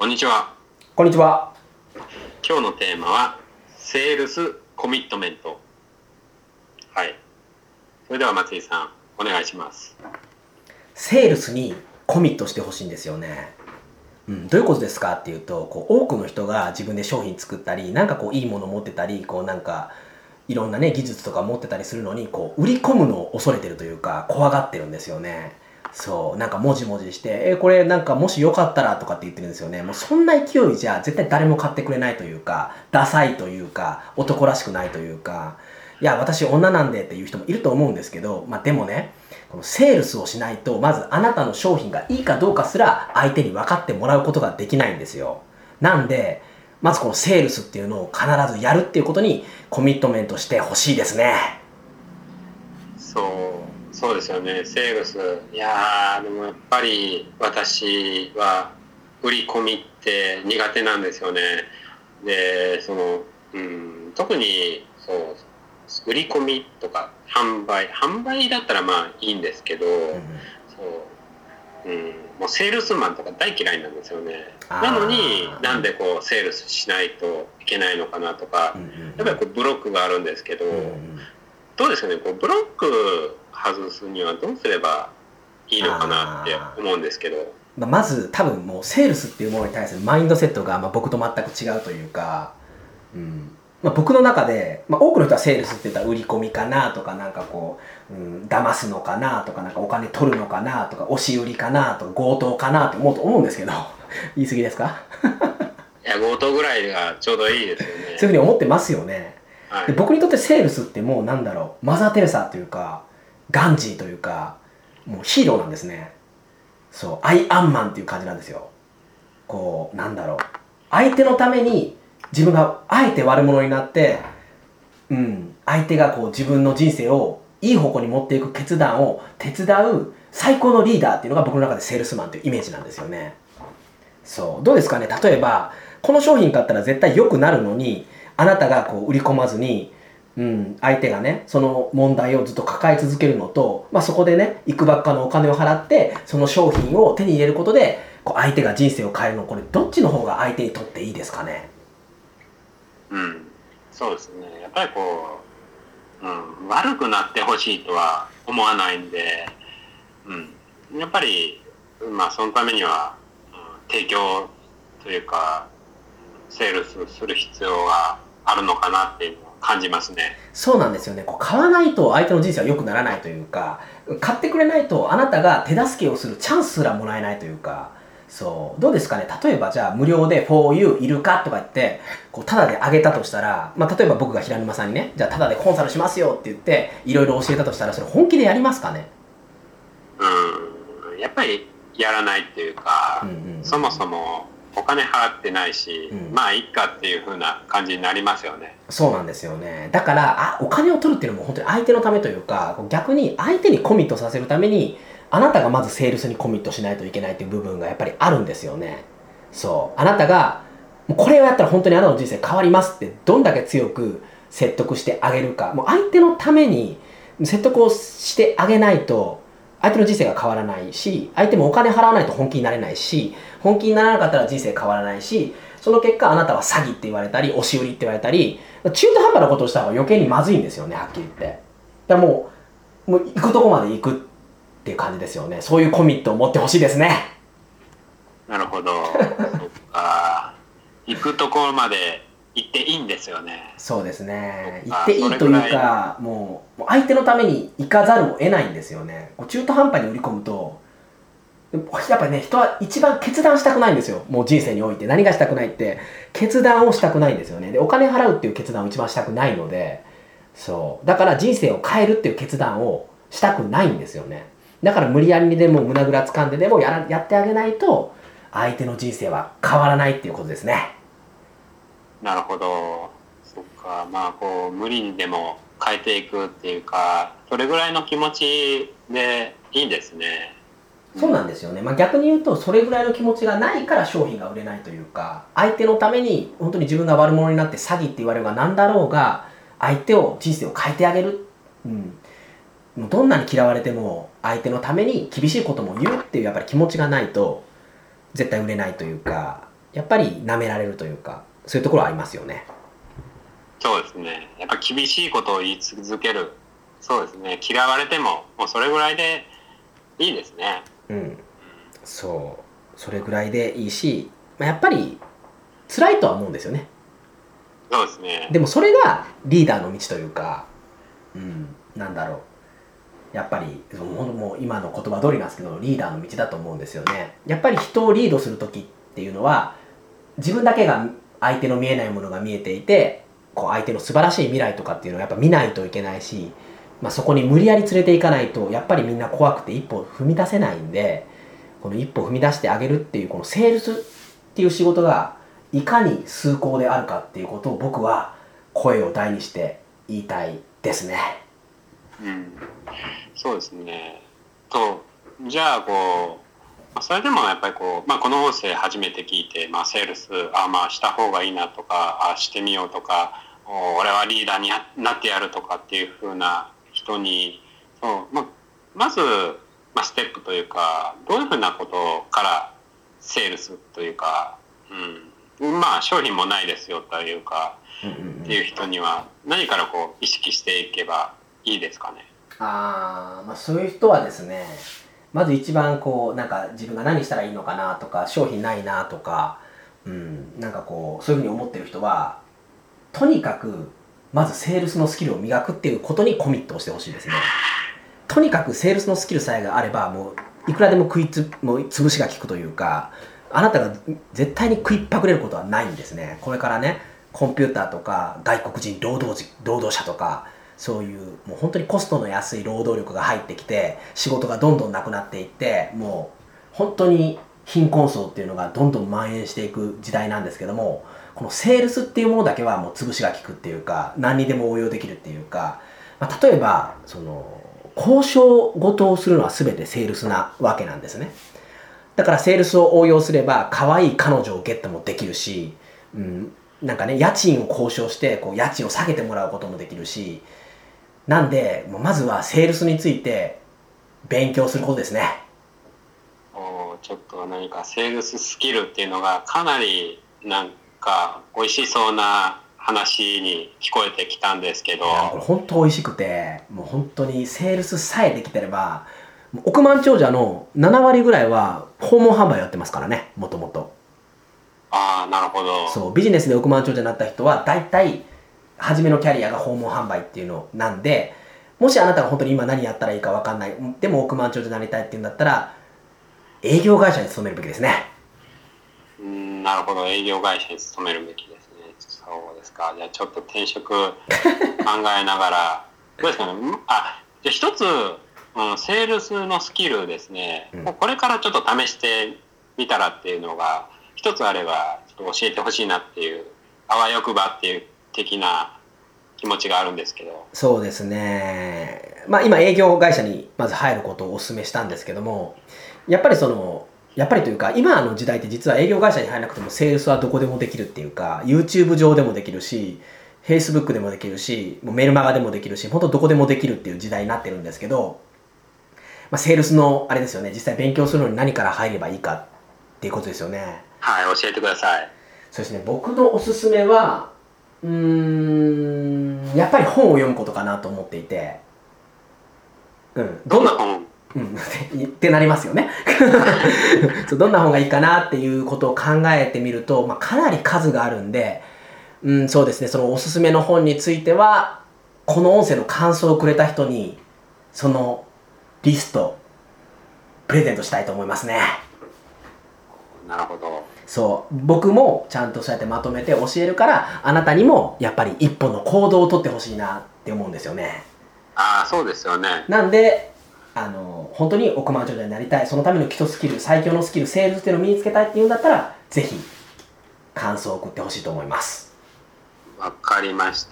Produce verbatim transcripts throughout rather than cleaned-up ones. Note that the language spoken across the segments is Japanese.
こんにちは。 こんにちは。 今日のテーマはセールスコミットメント。はい。それでは松井さん、お願いします。 セールスにコミットしてほしいんですよね。うん、どういうことですかっていうと、こう多くの人が自分で商品作ったり、なんかこういいもの持ってたり、こうなんかいろんなね技術とか持ってたりするのに、こう売り込むのを恐れてるというか怖がってるんですよね。そうなんかもじもじして「えこれなんかもしよかったら」とかって言ってるんですよね。もうそんな勢いじゃ絶対誰も買ってくれないというか、ダサいというか、男らしくないというか、いや私女なんでっていう人もいると思うんですけど、まあでもね、このセールスをしないとまずあなたの商品がいいかどうかすら相手に分かってもらうことができないんですよ。なんでまずこのセールスっていうのを必ずやるっていうことにコミットメントしてほしいですね。 そうそうですよね。セールス、いやーでもやっぱり私は売り込みって苦手なんですよね。でその、うん、特にそう売り込みとか販売販売だったらまあいいんですけど、うん、そう、うん、もうセールスマンとか大嫌いなんですよね。なのになんでこうセールスしないといけないのかなとか、やっぱりこうブロックがあるんですけど、どうですかね、こうブロック外すにはどうすればいいのかなって思うんですけど。 まあ、まず多分もうセールスっていうものに対するマインドセットがまあ僕と全く違うというか、うんまあ、僕の中で、まあ、多くの人はセールスって言ったら売り込みかなとか、なんかこう、うん、騙すのかなとか、なんかお金取るのかなとか、押し売りかなとか、強盗かなって思うと思うんですけど言い過ぎですか？ いや強盗ぐらいがちょうどいいですよね。 そういうふうに思ってますよね。 はい、 で僕にとってセールスってもうなんだろう、マザー・テレサというかガンジーというか、もうヒーローなんですね。そうアイアンマンっていう感じなんですよ。こうなんだろう、相手のために自分があえて悪者になって、うん、相手がこう自分の人生をいい方向に持っていく決断を手伝う最高のリーダーっていうのが僕の中でセールスマンというイメージなんですよね。そうどうですかね。例えばこの商品買ったら絶対良くなるのに、あなたがこう売り込まずに、うん、相手がねその問題をずっと抱え続けるのと、まあ、そこでねいくばっかのお金を払ってその商品を手に入れることでこう相手が人生を変えるの、これどっちの方が相手にとっていいですかね。 うん、そうですね。やっぱりこう、うん、悪くなってほしいとは思わないんで、うん、やっぱりまあそのためには、うん、提供というかセールスする必要があるのかなっていうのを感じますね。 そうなんですよね。こう買わないと相手の人生は良くならないというか、買ってくれないとあなたが手助けをするチャンスすらもらえないというか、そうどうですかね。例えばじゃあ無料で フォーユー いるかとか言ってこうタダであげたとしたら、まあ、例えば僕が平沼さんにね、じゃあタダでコンサルしますよって言っていろいろ教えたとしたら、それ本気でやりますかね。 うん、やっぱりやらないっていうか、うんうんうん、そもそもお金払ってないし、うん、まあいいかっていう風な感じになりますよね。 そうなんですよね。だからあお金を取るっていうのも本当に相手のためというか、逆に相手にコミットさせるためにあなたがまずセールスにコミットしないといけないという部分がやっぱりあるんですよね。そうあなたがもうこれをやったら本当にあなたの人生変わりますってどんだけ強く説得してあげるか、もう相手のために説得をしてあげないと相手の人生が変わらないし、相手もお金払わないと本気になれないし、本気にならなかったら人生変わらないし、その結果あなたは詐欺って言われたり押し売りって言われたり、中途半端なことをした方が余計にまずいんですよね、はっきり言って。だからもう、もう行くとこまで行くっていう感じですよね。そういうコミットを持ってほしいですね。 なるほど。そっか。行くところまで行っていいんですよね。 そうですね。行っていいというか、もう相手のために行かざるを得ないんですよね。中途半端に売り込むと、やっぱりね、人は一番決断したくないんですよ。もう人生において何がしたくないって決断をしたくないんですよね。でお金払うっていう決断を一番したくないので、そうだから人生を変えるっていう決断をしたくないんですよね。だから無理やりにでも胸ぐらつかんででもやらやってあげないと相手の人生は変わらないっていうことですね。 なるほど。そっか。まあこう無理にでも変えていくっていうか、それぐらいの気持ちでいいんですね。 そうなんですよね。まあ、逆に言うとそれぐらいの気持ちがないから商品が売れないというか、相手のために本当に自分が悪者になって詐欺って言われるが何だろうが相手を人生を変えてあげる、うん、もうどんなに嫌われても相手のために厳しいことも言うっていうやっぱり気持ちがないと絶対売れないというか、 やっぱり舐められるというか、そういうところはありますよね。 そうですね。やっぱ厳しいことを言い続ける。そうですね。嫌われてももうそれぐらいでいいですね。 うん、そうそれぐらいでいいし、まあ、やっぱり辛いとは思うんですよね。 そうですね。 でもそれがリーダーの道というか、うん、なんだろう、やっぱりもう今の言葉通りなんですけど、リーダーの道だと思うんですよね。やっぱり人をリードする時っていうのは、自分だけが相手の見えないものが見えていて、こう相手の素晴らしい未来とかっていうのをやっぱ見ないといけないし、まあ、そこに無理やり連れていかないとやっぱりみんな怖くて一歩踏み出せないんで、この一歩踏み出してあげるっていうこのセールスっていう仕事がいかに崇高であるかっていうことを僕は声を大にして言いたいですね。 うん、そうですね。とじゃあこうそれでもやっぱりこう、まあ、この音声初めて聞いて、まあ、セールスあまあした方がいいなとかあしてみようとか俺はリーダーになってやるとかっていう風な人にそう、まあ、まず、まあ、ステップというかどういう風なことからセールスというか、うん、まあ商品もないですよというか、うんうんうん、っていう人には何からこう意識していけばいいですかね。 あ、まあ、そういう人はですね、まず一番こうなんか自分が何したらいいのかなとか商品ないなとか、うん、なんかこうそういうふうに思ってる人はとにかくまずセールスのスキルを磨くっていうことにコミットをしてほしいですね。とにかくセールスのスキルさえがあればもういくらでも食いつもう潰しが効くというか、あなたが絶対に食いっぱぐれることはないんですね。これからね、コンピューターとか外国人労働人労働者とかそういうもう本当にコストの安い労働力が入ってきて仕事がどんどんなくなっていって、もう本当に貧困層っていうのがどんどん蔓延していく時代なんですけども、このセールスっていうものだけはもう潰しが効くっていうか、何にでも応用できるっていうか、まあ、例えばその交渉事をするのは全てセールスなわけなんですね。だからセールスを応用すれば可愛い彼女をゲットもできるし、うん、なんかね家賃を交渉してこう家賃を下げてもらうこともできるし、なんでまずはセールスについて勉強することですね。 おちょっと何かセールススキルっていうのがかなりなんか美味しそうな話に聞こえてきたんですけど、 これ本当美味しくて、もう本当にセールスさえできてれば、億万長者のななわりぐらいは訪問販売やってますからね、もともと。 ああ、なるほど。 そうビジネスで億万長者になった人は大体初めのキャリアが訪問販売っていうのなんで、もしあなたが本当に今何やったらいいか分かんない、でも億万長者になりたいっていうんだったら営業会社に勤めるべきですね。 うん、なるほど、営業会社に勤めるべきですね。そうですか。じゃあちょっと転職考えながらどうですかね。あ、じゃあ一つ、うん、セールスのスキルですね、うん、これからちょっと試してみたらっていうのが一つあればちょっと教えてほしいなっていう、あわよくばっていう的な気持ちがあるんですけど。 そうですね、まあ今営業会社にまず入ることをお勧めしたんですけども、やっぱりそのやっぱりというか今の時代って実は営業会社に入らなくてもセールスはどこでもできるっていうか、 YouTube 上でもできるし Facebook でもできるし、もうメルマガでもできるし、本当どこでもできるっていう時代になってるんですけど、まあ、セールスのあれですよね、実際勉強するのに何から入ればいいかっていうことですよね。 はい、教えてください。 そうですね、僕のおすすめはうーんやっぱり本を読むことかなと思っていて、うん、 どんな本？ うん、ってなりますよねそう、どんな本がいいかなっていうことを考えてみると、まあ、かなり数があるんで、うん、そうですね、そのおすすめの本についてはこの音声の感想をくれた人にそのリストプレゼントしたいと思いますね。 なるほど。 そう僕もちゃんとそうやってまとめて教えるから、あなたにもやっぱり一歩の行動をとってほしいなって思うんですよね。 ああ、そうですよね。 なんであの本当に億万長者になりたい、そのための基礎スキル、最強のスキル、セールスっていうのを身につけたいっていうんだったらぜひ感想を送ってほしいと思います。 わかりました。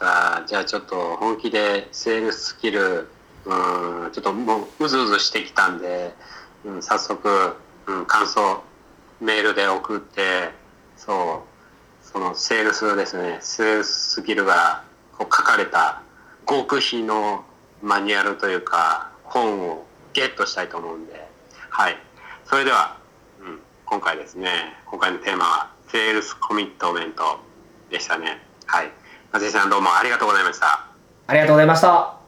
じゃあちょっと本気でセールススキル、うん、ちょっともううずうずしてきたんで、うん、早速、うん、感想メールで送って、そうそのセールスですね、セールススキルがこう書かれた極秘のマニュアルというか本をゲットしたいと思うんで、はい。それでは、うん、今回ですね、今回のテーマはセールスコミットメントでしたね。はい。松井さんどうもありがとうございました。 ありがとうございました。